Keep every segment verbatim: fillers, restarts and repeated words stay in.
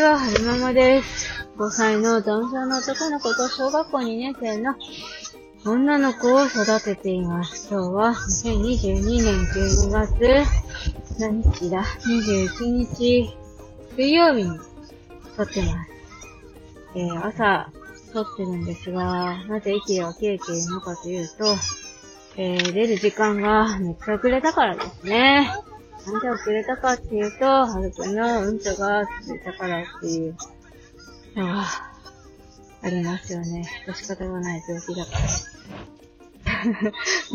は、はるままです。ごさいの男性の男の子と小学校にねん生の女の子を育てています。今日はにせんにじゅうにねんじゅうにがつ何日だ ?にじゅういちにち水曜日に撮ってます。えー、朝撮ってるんですが、なぜ息が切れているのかというと、えー、出る時間がめっちゃ遅れたからですね。なんで遅れたかっていうと、はるくんのうんちょがついたからっていうのがありますよね。仕方がない病気だから。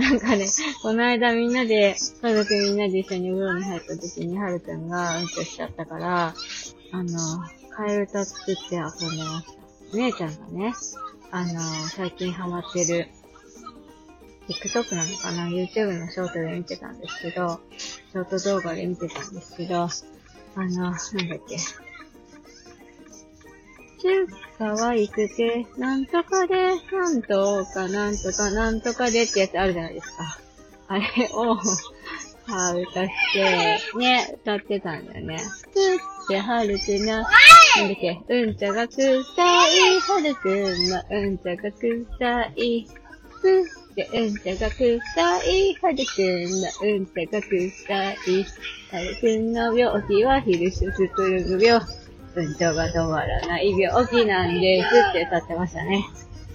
なんかね、この間みんなで、家族みんなで一緒にお風呂に入った時にはるくんがうんちょしちゃったから、あの、替え歌作って遊んでました。お姉ちゃんがね、あの、最近ハマってる、TikTok なのかな ?YouTube のショートで見てたんですけど、ショート動画で見てたんですけど、あの、なんだっけ。中可愛くて、なんとかで、なんとか、なんとか、なんとかでってやつあるじゃないですか。あれを、は歌して、ね、歌ってたんだよね。くってはるくんの、なんだっけ、うんちゃがくさい、はるくんのうんちゃがくさい、くってうんちゃがくさい、はるくんのうんちゃがくさい、はるくんの病気はヒルシュスプルグ病、うんちょが止まらない病気なんですって歌ってましたね。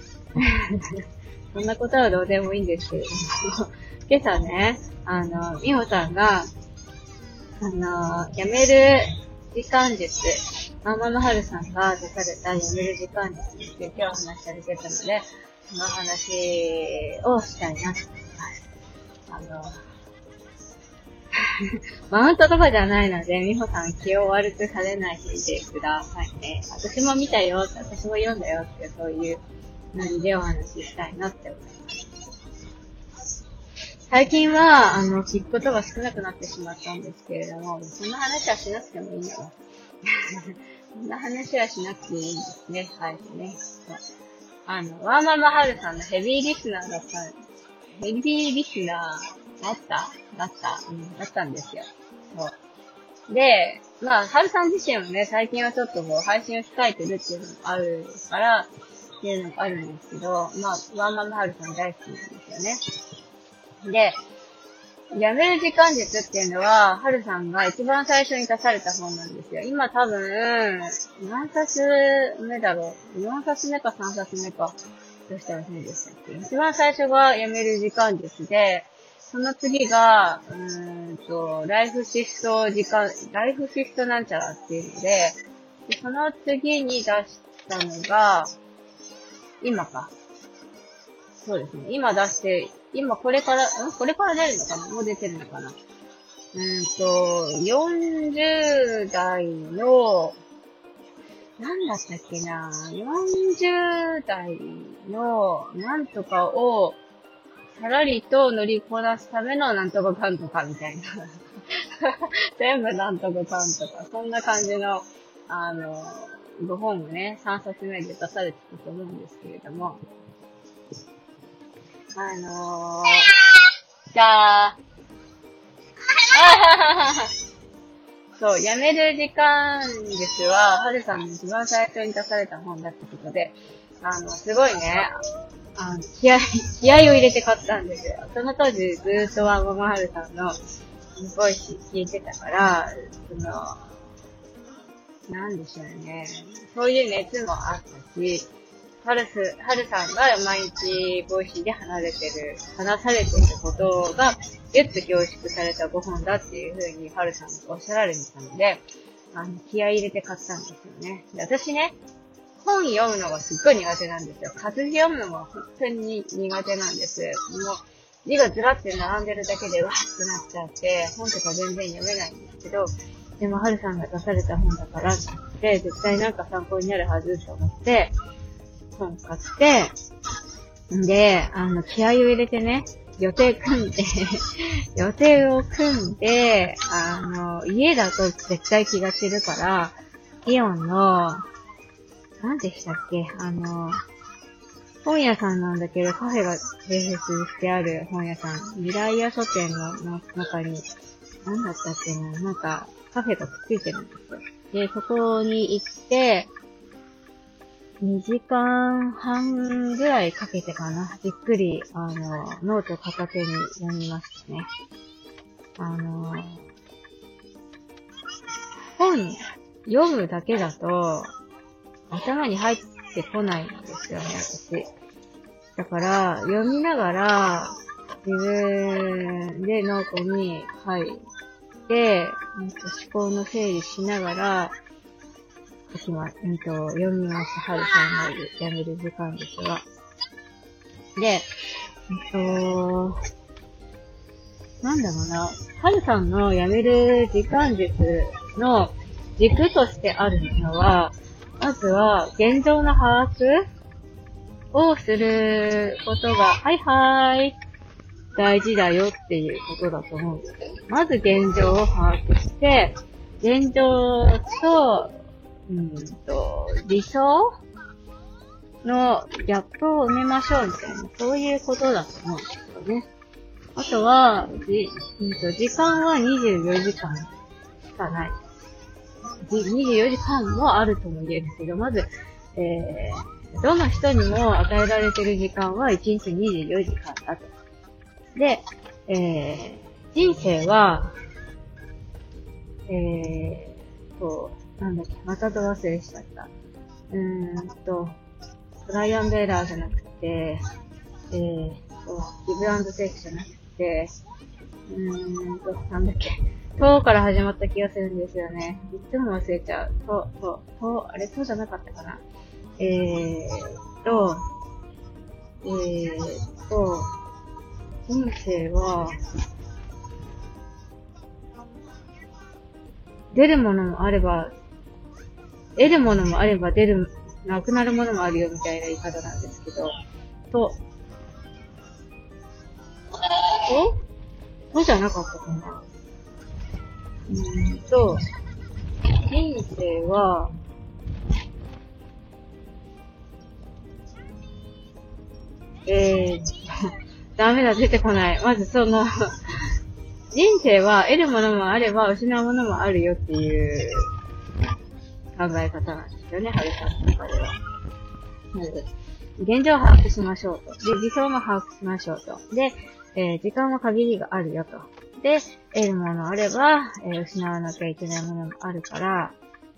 そんなことはどうでもいいんですけれども、今朝ね、あの、みほさんが、あの、やめる時間術、ママのはるさんが出されたやめる時間術についてお話しされてたので、その話をしたいなと思います。あの、マウントとかじゃないので、みほさん気を悪くされないでくださいね。私も見たよって、私も読んだよって、そういうノリでお話ししたいなって思います。最近は、あの、聞くことが少なくなってしまったんですけれども、そんな話はしなくてもいいのよ。そんな話はしなくていいんですね。はいね。あの、ワーママハルさんのヘビーリスナーだった、ヘビーリスナーだっただった、うん、だったんですよ。そう。で、まあ、ハルさん自身もね、最近はちょっともう配信を控えてるっていうのもあるから、っていうのがあるんですけど、まあ、ワーママハルさん大好きなんですよね。で、やめる時間術っていうのは、はるさんが一番最初に出された本なんですよ。今多分、何冊目だろう ?よん 冊目かさんさつめか。どうしたらそうでしたっけ？一番最初がやめる時間術で、その次が、うーんと、ライフシフト時間、ライフシフトなんちゃらっていうので、でその次に出したのが、今か。そうですね。今出して、今これから、んこれから出るのかなもう出てるのかなうーんと、よんじゅうだいの、なんだったっけな ?よんじゅうだいのなんとかを、さらりと乗りこなすためのなんとかかんとかみたいな。全部なんとかかんとか。そんな感じの、あの、ご本がね、さんさつめで出されてたと思うんですけれども。あのー、じゃあ、そう、やめる時間ですは、はるさんの一番最初に出された本だったことで、あの、すごいね、あの気合、気合を入れて買ったんですよ。その当時ずーっとワンママはるさんのボイス聞いてたから、その、なんでしょうね。そういう熱もあったし、はるす、はるさんが毎日ボイシーで話れてる、話されてることが、ぎゅっと凝縮されたごほんだっていう風にはるさんがおっしゃられてたので、あの、気合い入れて買ったんですよね。で私ね、本読むのがすっごい苦手なんですよ。活字読むのが本当に苦手なんです。もう、字がずらって並んでるだけでわーってなっちゃって、本とか全然読めないんですけど、でも、はるさんが出された本だからって、絶対なんか参考になるはずと思って、本買って、んで、あの、気合を入れてね、予定組んで、予定を組んで、あの、家だと絶対気が散るから、イオンの、何でしたっけあの、本屋さんなんだけど、カフェが併設してある本屋さん、未来屋書店の中に、何だったっけななんか、カフェがくっついてるんですよ。 で、そこに行って、にじかんはんぐらいかけてかな。じっくり、あの、ノート片手に読みましたね。あの、本読むだけだと、頭に入ってこないんですよね、私。だから、読みながら、自分でノートに書いて、思考の整理しながら、書きま、うんと、読みます。春さんのやめる時間ですが。で、うんと、なんだろうな、春さんのやめる時間術の軸としてあるのは、まずは現状の把握をすることが、はいはーい、大事だよっていうことだと思うんですよ。まず現状を把握して、現状と、うんと、理想のギャップを埋めましょうみたいな、そういうことだと思うんですよね。あとは、じ、うんと、時間はにじゅうよじかんしかない。にじゅうよじかんもあるとも言えるけど、まず、えー、どの人にも与えられている時間はいちにちにじゅうよじかんだと。で、えー、人生は、えーと、なんだっけ、またと忘れしちゃった。うーんと、トライアンドエラーじゃなくて、えーと、ギブアンドテイクじゃなくて、うーんと、なんだっけ、とから始まった気がするんですよね。いつも忘れちゃう。と、と、と、あれ、とじゃなかったかな。えーと、えーと、人生は、出るものもあれば、得るものもあれば出る、なくなるものもあるよみたいな言い方なんですけど、と、ととじゃなかったかな。うーんと、人生は、えー、ダメだ、出てこない。まずその、人生は得るものもあれば失うものもあるよっていう考え方なんですよね、春さんの中では。なので、現状を把握しましょうと。で、理想も把握しましょうと。で、えー、時間は限りがあるよと。で、得るものあれば、えー、失わなきゃいけないものもあるから、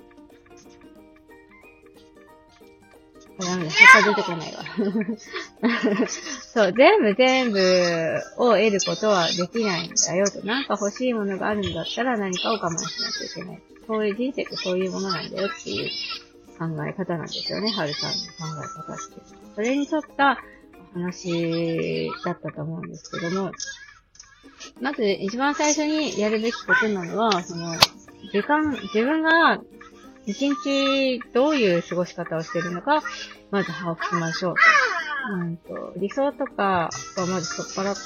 ダメだ、他出てこないわ。そう、全部全部を得ることはできないんだよと。なんか欲しいものがあるんだったら何かを我慢しなきゃいけない。そういう人生ってそういうものなんだよっていう考え方なんですよね、春さんの考え方って。それに沿った話だったと思うんですけども、まず一番最初にやるべきことなのは、その、時間、自分が一日どういう過ごし方をしているのか、まず把握しましょうと。うんと、理想とかはまず取っ払って、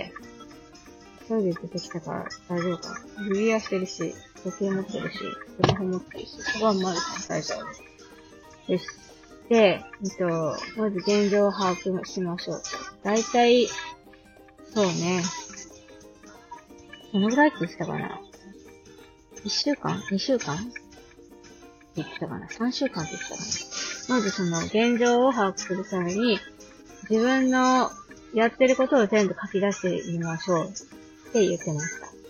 トイレ出てきたから大丈夫かな。指輪してるし、時計持ってるし、スマホ持ってるし、そこはまず大丈夫です。で、えっと、まず現状を把握しましょうと。だいたい、そうね、どのぐらいって言ってたかな。いっしゅうかん ?に 週間って言ってたかな。さんしゅうかんって言ってたかな。まずその現状を把握するために、自分のやってることを全部書き出してみましょうって言ってました。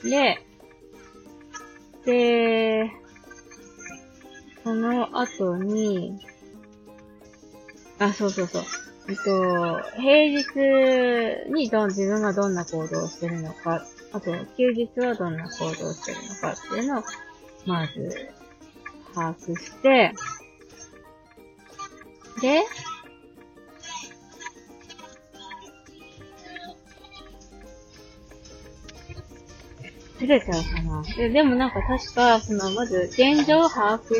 で、で、その後に、あ、そうそうそう。えっと、平日にどん、自分がどんな行動をしてるのか、あと、休日はどんな行動をしてるのかっていうのを、まず、把握して、で、ずれちゃうかな。で、でもなんか確か、その、まず、現状を把握して、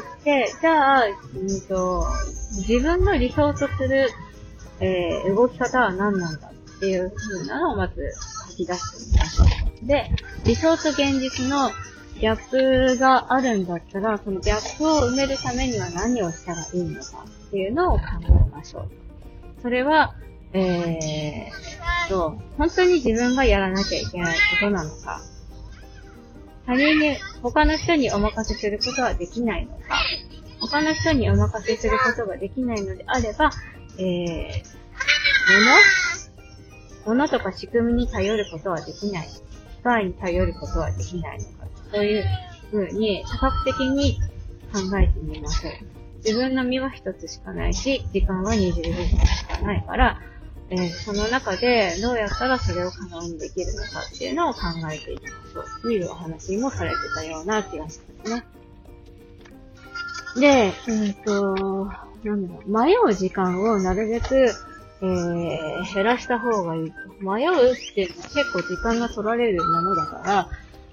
じゃあ、うんと、自分の理想とする、えー、動き方は何なんだっていう風なのをまず書き出してみましょう。で、理想と現実のギャップがあるんだったら、そのギャップを埋めるためには何をしたらいいのかっていうのを考えましょう。それは、えーと、本当に自分がやらなきゃいけないことなのか、 他人に、他の人にお任せすることはできないのか。他の人にお任せすることができないのであれば、えー、物物とか仕組みに頼ることはできない。機械に頼ることはできないのか。そういう風に多角的に考えてみましょう。自分の身は一つしかないし、時間はにじゅうよじかんしかないから、えー、その中でどうやったらそれを可能にできるのかっていうのを考えていきましょうっていうお話もされてたような気がしますね。で、うんと、なんだろう、迷う時間をなるべく、えー、減らした方がいいと。迷うっていうのは結構時間が取られるものだから、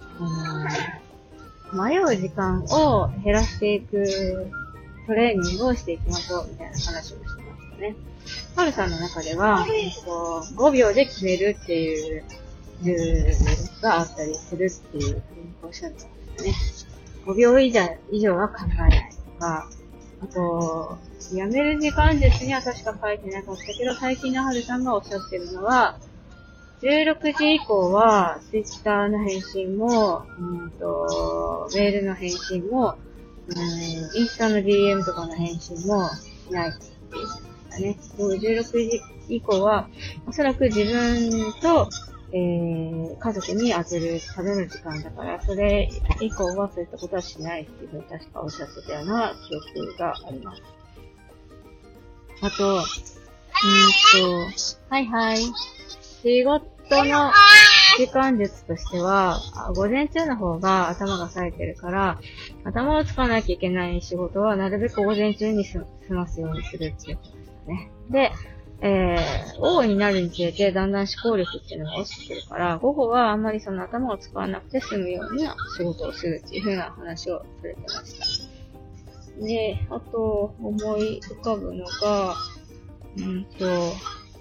うん、迷う時間を減らしていくトレーニングをしていきましょうみたいな話をしてましたね。はるさんの中では、ごびょうで決めるっていうルールがあったりするっていうふうにおっしゃってましたね。ごびょう以上以上は考えないとか、あと、やめる時間術には確か書いてなかったけど、最近のはるさんがおっしゃってるのは、じゅうろくじ以降は、ツイッターの返信も、うんと、メールの返信も、うん、インスタの ディーエム とかの返信もしないって言ってましたね。じゅうろくじ以降は、おそらく自分と、えー、家族に当てるための時間だから、それ以降はそういったことはしないっていうふうに確かおっしゃってたような記憶があります。あと、うーんと、はいはい。仕事の時間術としては、午前中の方が頭が冴えてるから、頭を使わなきゃいけない仕事はなるべく午前中に済ますようにするっていうことですね。で、えー、午後になるにつれてだんだん思考力っていうのが落ちてくるから、午後はあんまりその頭を使わなくて済むような仕事をするっていう風な話をされてました。で、あと、思い浮かぶのが、うんと、思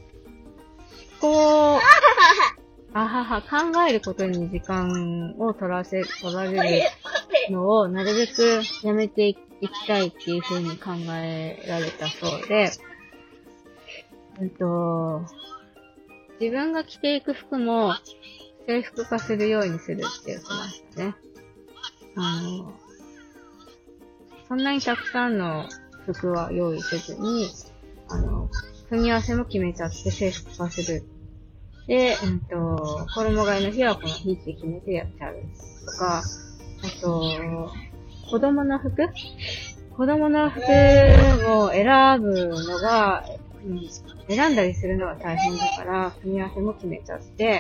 考、あはは、考えることに時間を取らせ、取られるのをなるべくやめていきたいっていう風に考えられたそうで、うんと、自分が着ていく服も制服化するようにするって言ってましたね。あの、そんなにたくさんの服は用意せずに、あの、組み合わせも決めちゃって制服化する。で、うんと、衣替えの日はこの日って決めてやっちゃうとか、あと、子供の服子供の服を選ぶのが、うん、選んだりするのが大変だから、組み合わせも決めちゃって、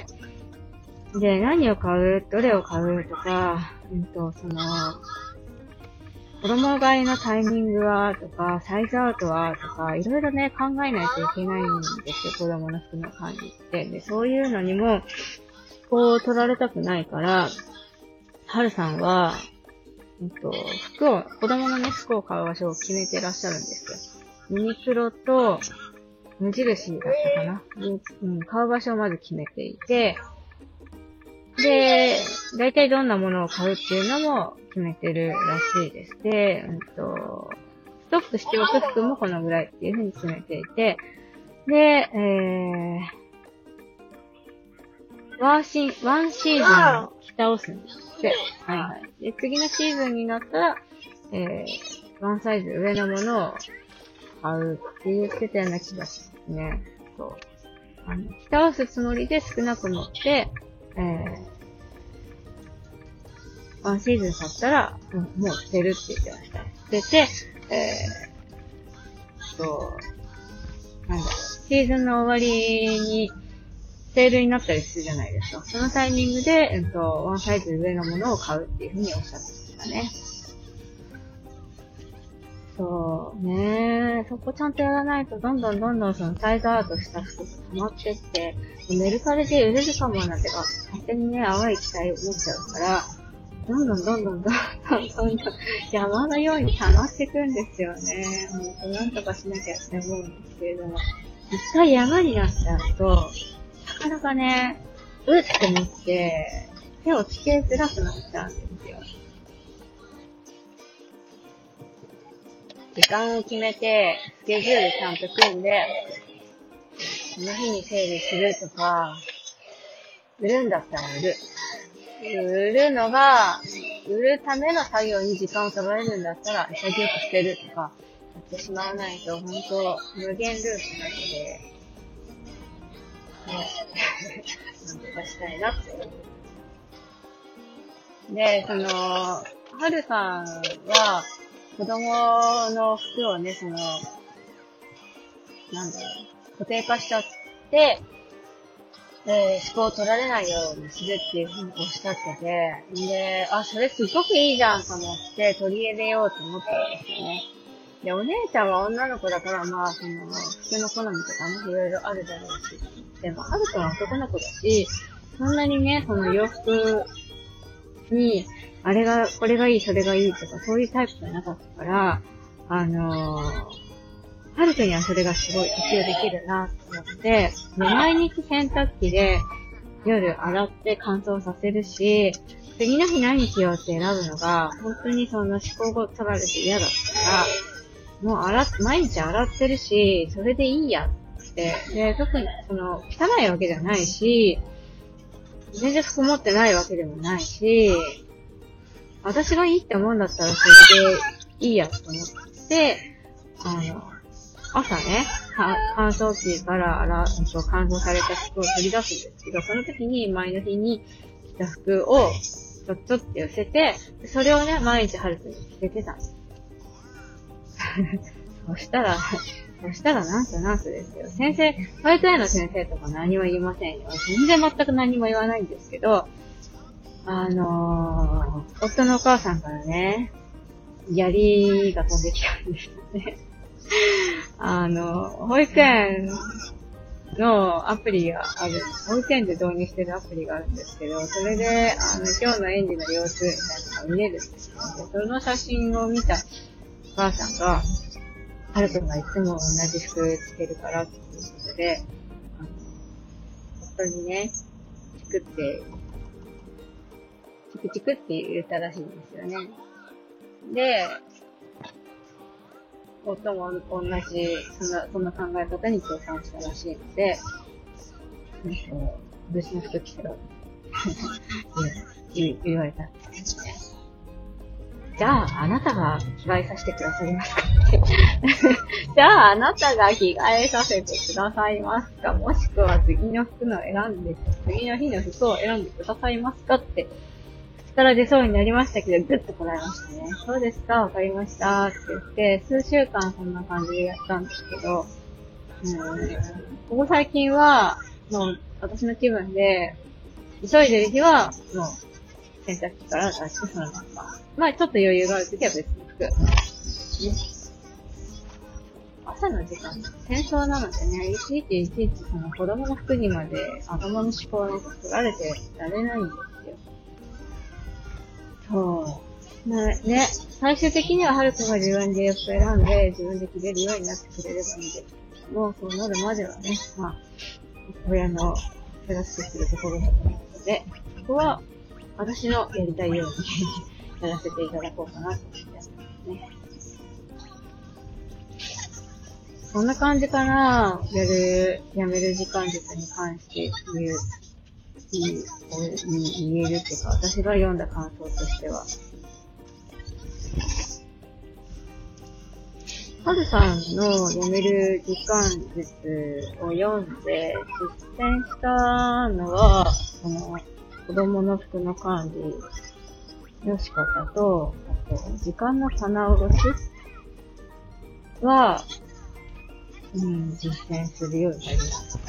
で、何を買う、どれを買うとか、うんと、その、子供替えのタイミングはとか、サイズアウトはとか、いろいろね、考えないといけないんですよ、子供の服の管理って。で、そういうのにも、こう取られたくないから、はるさんは、うんと、服を、子供のね、服を買う場所を決めてらっしゃるんですよ。ユニクロと、無印だったかな、うん、買う場所をまず決めていて、で、だいたいどんなものを買うっていうのも決めてるらしいです。で、うんと、ストックしておく服もこのぐらいっていうふうに決めていて、で、えー、ワンシー、ワンシーズンを着倒すんですって。はいはい。で、次のシーズンになったら、えー、ワンサイズ上のものを買うって言ってたような気がしますね。そう。あの、着倒すつもりで少なく持って、えー、ワンシーズン経ったら、うん、もう捨てるって言ってました。捨てて、えー、と、なんだろう、シーズンの終わりに、セールになったりするじゃないですか。そのタイミングで、うんと、ワンサイズ上のものを買うっていうふうにおっしゃってましたね。そうね、そこちゃんとやらないと、どんどんどんどんそのサイズアウトした服が溜まってって、メルカリで売れるかもなんてか、勝手にね、淡い期待を持っちゃうから、どんどんどんどんどんどんどんどん山のように溜まっていくんですよね。ほんとなんとかしなきゃって思うんですけれども、一回山になっちゃうと、なかなかね、うって思って、手をつけづらくなっちゃうんですよ。時間を決めて、スケジュールちゃんと組んで、その日に整理するとか、売るんだったら売る。 売るのが、売るための作業に時間を取られるんだったら、潔く捨てるとか、やってしまわないと、本当無限ループなので、ね、なんとかしたいなって思う。で、その、はるさんは、子供の服をね、その、なんだろう、固定化しちゃって、で、思考を取られないようにするっていうふうにおっしゃってて、で、あ、それすごくいいじゃんと思って取り入れようと思ったんですよね。で、お姉ちゃんは女の子だから、まあ、その、服の好みとかね、いろいろあるだろうし。でも、はるくんは男の子だし、そんなにね、その洋服に、あれが、これがいい、それがいいとか、そういうタイプじゃなかったから、あのー、はるくんにはそれがすごい適用できるなと思って、で、毎日洗濯機で夜洗って乾燥させるし、次の日何しようって選ぶのが、本当にその思考を取られて嫌だったから、もう洗っ、毎日洗ってるし、それでいいやって。で、特にその、汚いわけじゃないし、全然服持ってないわけでもないし、私がいいって思うんだったらそれでいいやと思って、あの、朝ね、乾燥機から洗う、乾燥された服を取り出すんですけど、その時に前の日に着た服をちょっちょって寄せて、それをね、毎日春くんに着せてたんです。そしたら、そしたらなんとなんとですよ。先生、保育園の先生とか何も言いませんよ。全然全く何も言わないんですけど、あのー、夫のお母さんからね、槍が飛んできたんですよね。あの、保育園のアプリがある、保育園で導入してるアプリがあるんですけど、それで、あの、今日の園児の様子みたいなのが見れるんですよ。で、その写真を見たお母さんが、はるくんがいつも同じ服着てるからっていうことで、あの、夫にね、チクって、チクチクって言ったらしいんですよね。で、夫も同じ、そんな、そんな考え方に共感したらしいので、私の服着てろ言言われたんですね。じゃあ、あなたが着替えさせてくださいますかってじゃあ、あなたが着替えさせてくださいますか、もしくは次の服の選んで、次の日の服を選んでくださいますかって口から出そうになりましたけど、ぐっとこらえましたね。そうですか、わかりましたって言って、数週間そんな感じでやったんですけど、うん、ここ最近は、もう私の気分で、急いでる日は、もう、洗濯機から出してそのまんま。まあちょっと余裕があるときは別の服。ね。朝の時間、戦争なのでね、いちいちいちいちその子供の服にまで頭の思考を取られてられないんですよ。そう。まあね、最終的にははるくんが自分で洋服選んで自分で着れるようになってくれればいいんですけども、そうなるまではね、まあ、親の手助けするところだと思うので、ここは私のやりたいようにやらせていただこうかなと思ってますね。こんな感じかな、やる、やめる時間術に関して言う、言う、言えるっていうか、私が読んだ感想としては。はるさんのやめる時間術を読んで実践したのは、その、子供の服の管理の仕方と、あと、時間の棚卸しは、うん、実践するようになりま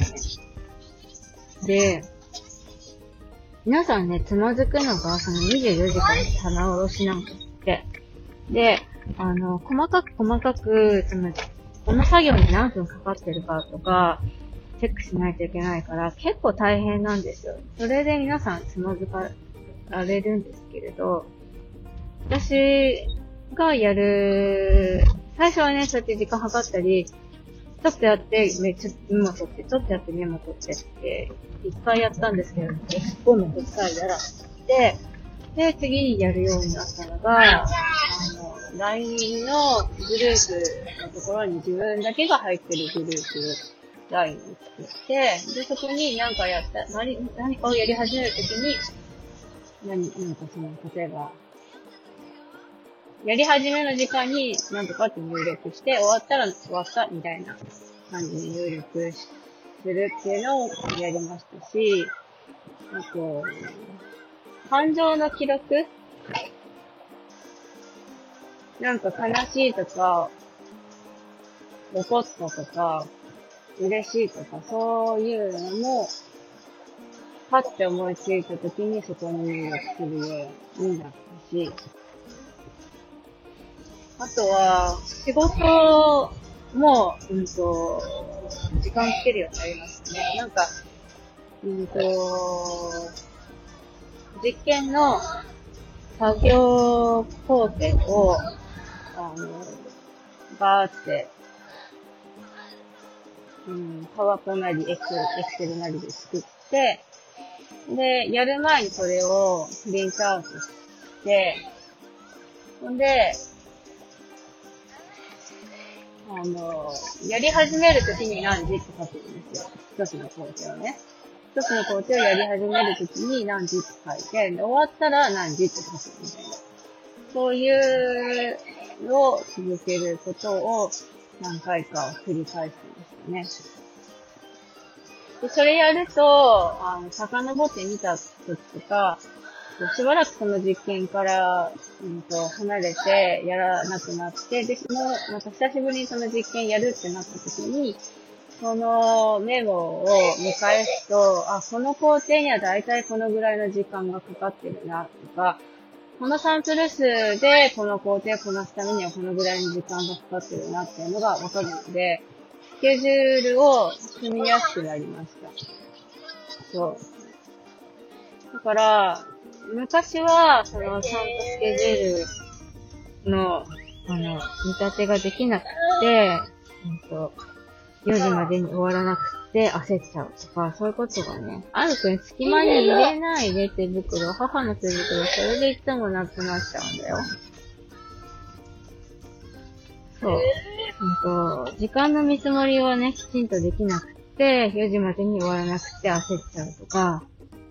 したね。で、皆さんね、つまずくのが、そのにじゅうよじかんの棚卸しなんですって。で、あの、細かく細かく、その、この作業に何分かかってるかとか、チェックしないといけないから、結構大変なんですよ。それで皆さんつまずかられるんですけれど、私がやる、最初はね、そうやって時間計ったり、ちょっとやって、ね、ちょっとメモ取って、ちょっとやってメモ取ってって、いっかいやったんですけど、ごめん、いっかいやらって、で、次にやるようになったのが、あの、ライン のグループのところに自分だけが入ってるグループ、ライン を作って、で、そこに何かやった、何、何かをやり始めるときに、 何、なんかその、例えば、やり始めの時間になんとかって入力して、終わったら終わったみたいな感じで入力するっていうのをやりましたし、あと、感情の記録なんか悲しいとか、怒ったとか、嬉しいとか、そういうのも、パッて思いついた時にそこに入力するようになったし、あとは、仕事も、うんと、時間つけるようになりましたね。なんか、うんと、実験の作業工程を、あの、バーって、うん、パワポなり、エクセル、エクセルなりで作って、で、やる前にそれをプリントアウトして、ほんで、あの、やり始めるときに何時って書くんですよ。一つの工程をね。一つの工程をやり始めるときに何時って書いて、で、終わったら何時って書くみたいな。そういうのを続けることを何回か繰り返すんですよね。で、それやると、あの、遡ってみた時とか、しばらくその実験から、うんと、離れてやらなくなって、で、その、また久しぶりにその実験やるってなった時に、そのメモを見返すと、あ、この工程にはだいたいこのぐらいの時間がかかってるな、とか、このサンプル数でこの工程をこなすためにはこのぐらいの時間がかかってるなっていうのがわかるので、スケジュールを組みやすくなりました。そう。だから、昔は、その、ちゃんとスケジュールの、あの、見立てができなくて、うんと、よじまでに終わらなくて焦っちゃうとか、そういうことがね、あるくん隙間に入れないで手袋、母の手袋、それでいつもなくなっちゃうんだよ。そう。うんと、時間の見積もりをね、きちんとできなくて、よじまでに終わらなくて焦っちゃうとか、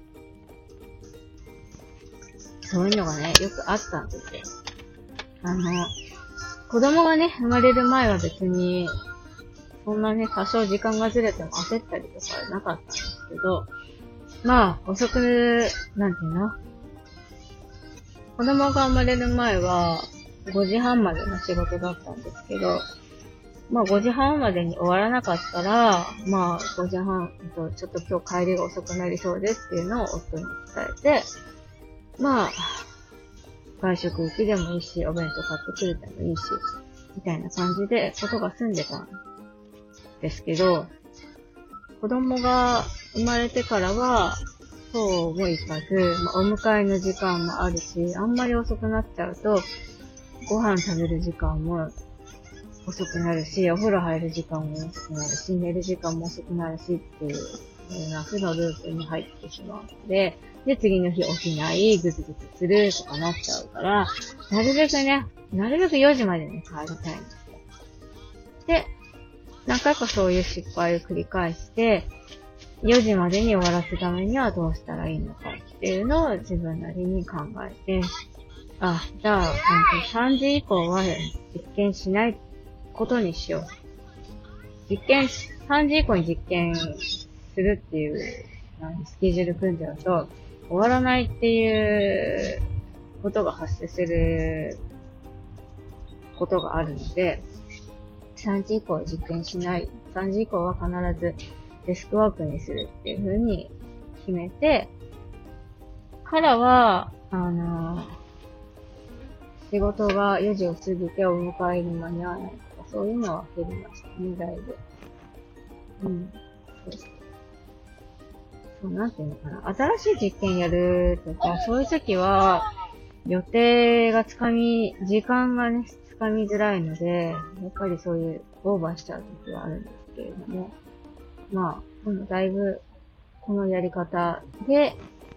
そういうのがね、よくあったんですよ。あの、子供がね、生まれる前は別に、そんなね、多少時間がずれても焦ったりとかなかったんですけど、まあ、遅く、なんていうの？子供が生まれる前は、ごじはんまでの仕事だったんですけど、まあごじはんまでに終わらなかったら、まあごじはんと、ちょっと今日帰りが遅くなりそうですっていうのを夫に伝えて、まあ、外食行きでもいいし、お弁当買ってくれてもいいし、みたいな感じでことが済んでたんですけど、子供が生まれてからは、そうもいかず、まあ、お迎えの時間もあるし、あんまり遅くなっちゃうと、ご飯食べる時間も遅くなるし、お風呂入る時間も遅くなるし、寝る時間も遅くなるしっていう、負のループに入ってしまうので、で、次の日起きない、ぐずぐずするとかなっちゃうから、なるべくね、なるべくよじまでに帰りたいんですよ。で、何回かそういう失敗を繰り返して、よじまでに終わらせるためにはどうしたらいいのかっていうのを自分なりに考えて、あ、じゃあ、さんじ以降は実験しないことにしよう。実験、さんじ以降に実験するっていう、スケジュール組んじゃうと、終わらないっていうことが発生することがあるので、さんじ以降は実験しない。さんじ以降は必ずデスクワークにするっていう風に決めて、からは、あの、仕事がよじを過ぎてお迎えに間に合わないとか、そういうのは減りましたね、だいぶ。うん。そうそう、なんていうのかな。新しい実験やるとか、そういう時は、予定がつかみ、時間がね、つかみづらいので、やっぱりそういうオーバーしちゃう時はあるんですけれども、まあ、でもだいぶ、このやり方で、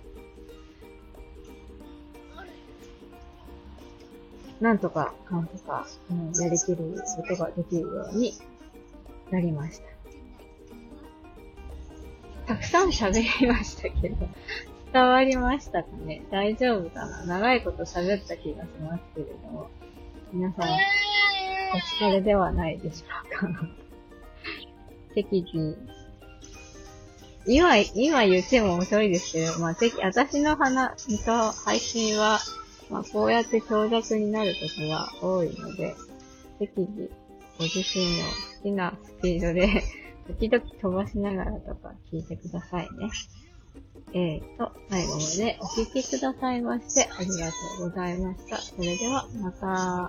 なんとか、かんとか、うん、やりきることができるようになりました。たくさん喋りましたけど、 伝わりましたかね？大丈夫かな？長いこと喋った気がしますけれども。皆さん、お疲れではないでしょうか？適宜。今、今言っても遅いですけど、まあ、適、私の話と配信は、まあ、こうやって長尺になることが多いので、適宜、ご自身の好きなスピードで、時々飛ばしながらとか聞いてくださいね。えーと、最後までお聞きくださいまして、ありがとうございました。それでは、また。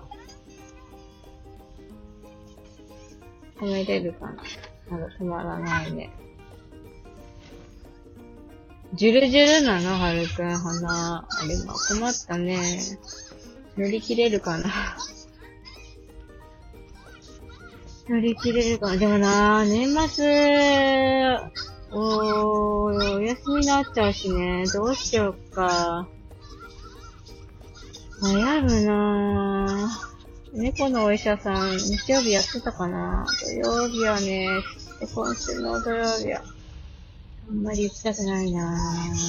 止めれるかな？なんか止まらないね。ジュルジュルなの、はるくん、鼻。あれ、まあ、困ったね。乗り切れるかな？乗り切れるかな？でもなぁ、年末、おー、お休みになっちゃうしね。どうしようか。悩むなぁ。猫のお医者さん、日曜日やってたかな？土曜日はね、今週の土曜日は、あんまり行きたくないな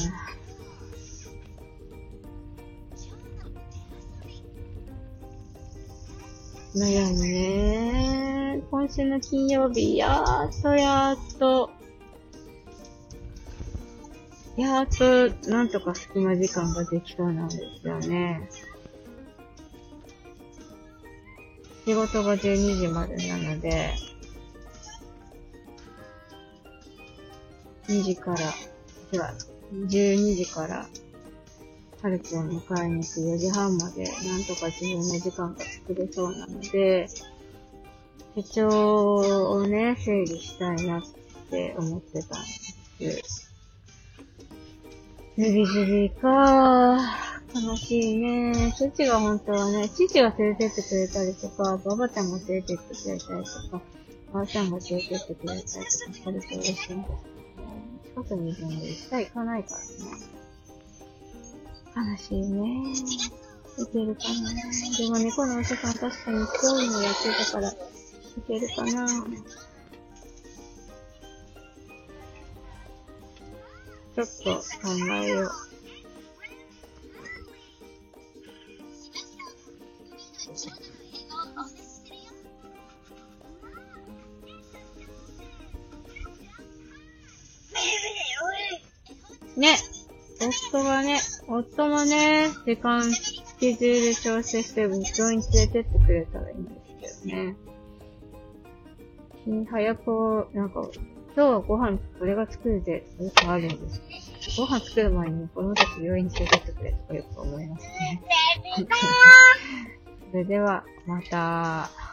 ぁ。悩むねー。今週の金曜日、やーっとやーっと、やーっと、なんとか隙間時間ができそうなんですよね。仕事がじゅうにじまでなので、にじから、では、じゅうにじから、はるくんを迎えに行くよじはんまで、なんとか自分の時間が作れそうなので、手帳をね、整理したいなって思ってたんです。ずりずりかー。悲しいね。父が本当はね、父が連れてってくれたりとか、ばばちゃんが連れてってくれたりとか、ばあちゃんが連れてってくれたりとかすると嬉しいんです。近くにいるので一回行かないからね。悲しいね。いけるかな。でも猫のお医者さん確かに今日もやってたから、いけるかな。ちょっと考えよう。ね、夫がね、夫もね、時間、スケジュール調整して病院連れてってくれたらいいんですけどね。早く、なんか、今日はご飯これが作るで、よくあるんですけど、ご飯作る前に子供たち病院に連れてってくれとかよく思いますね。それでは、また。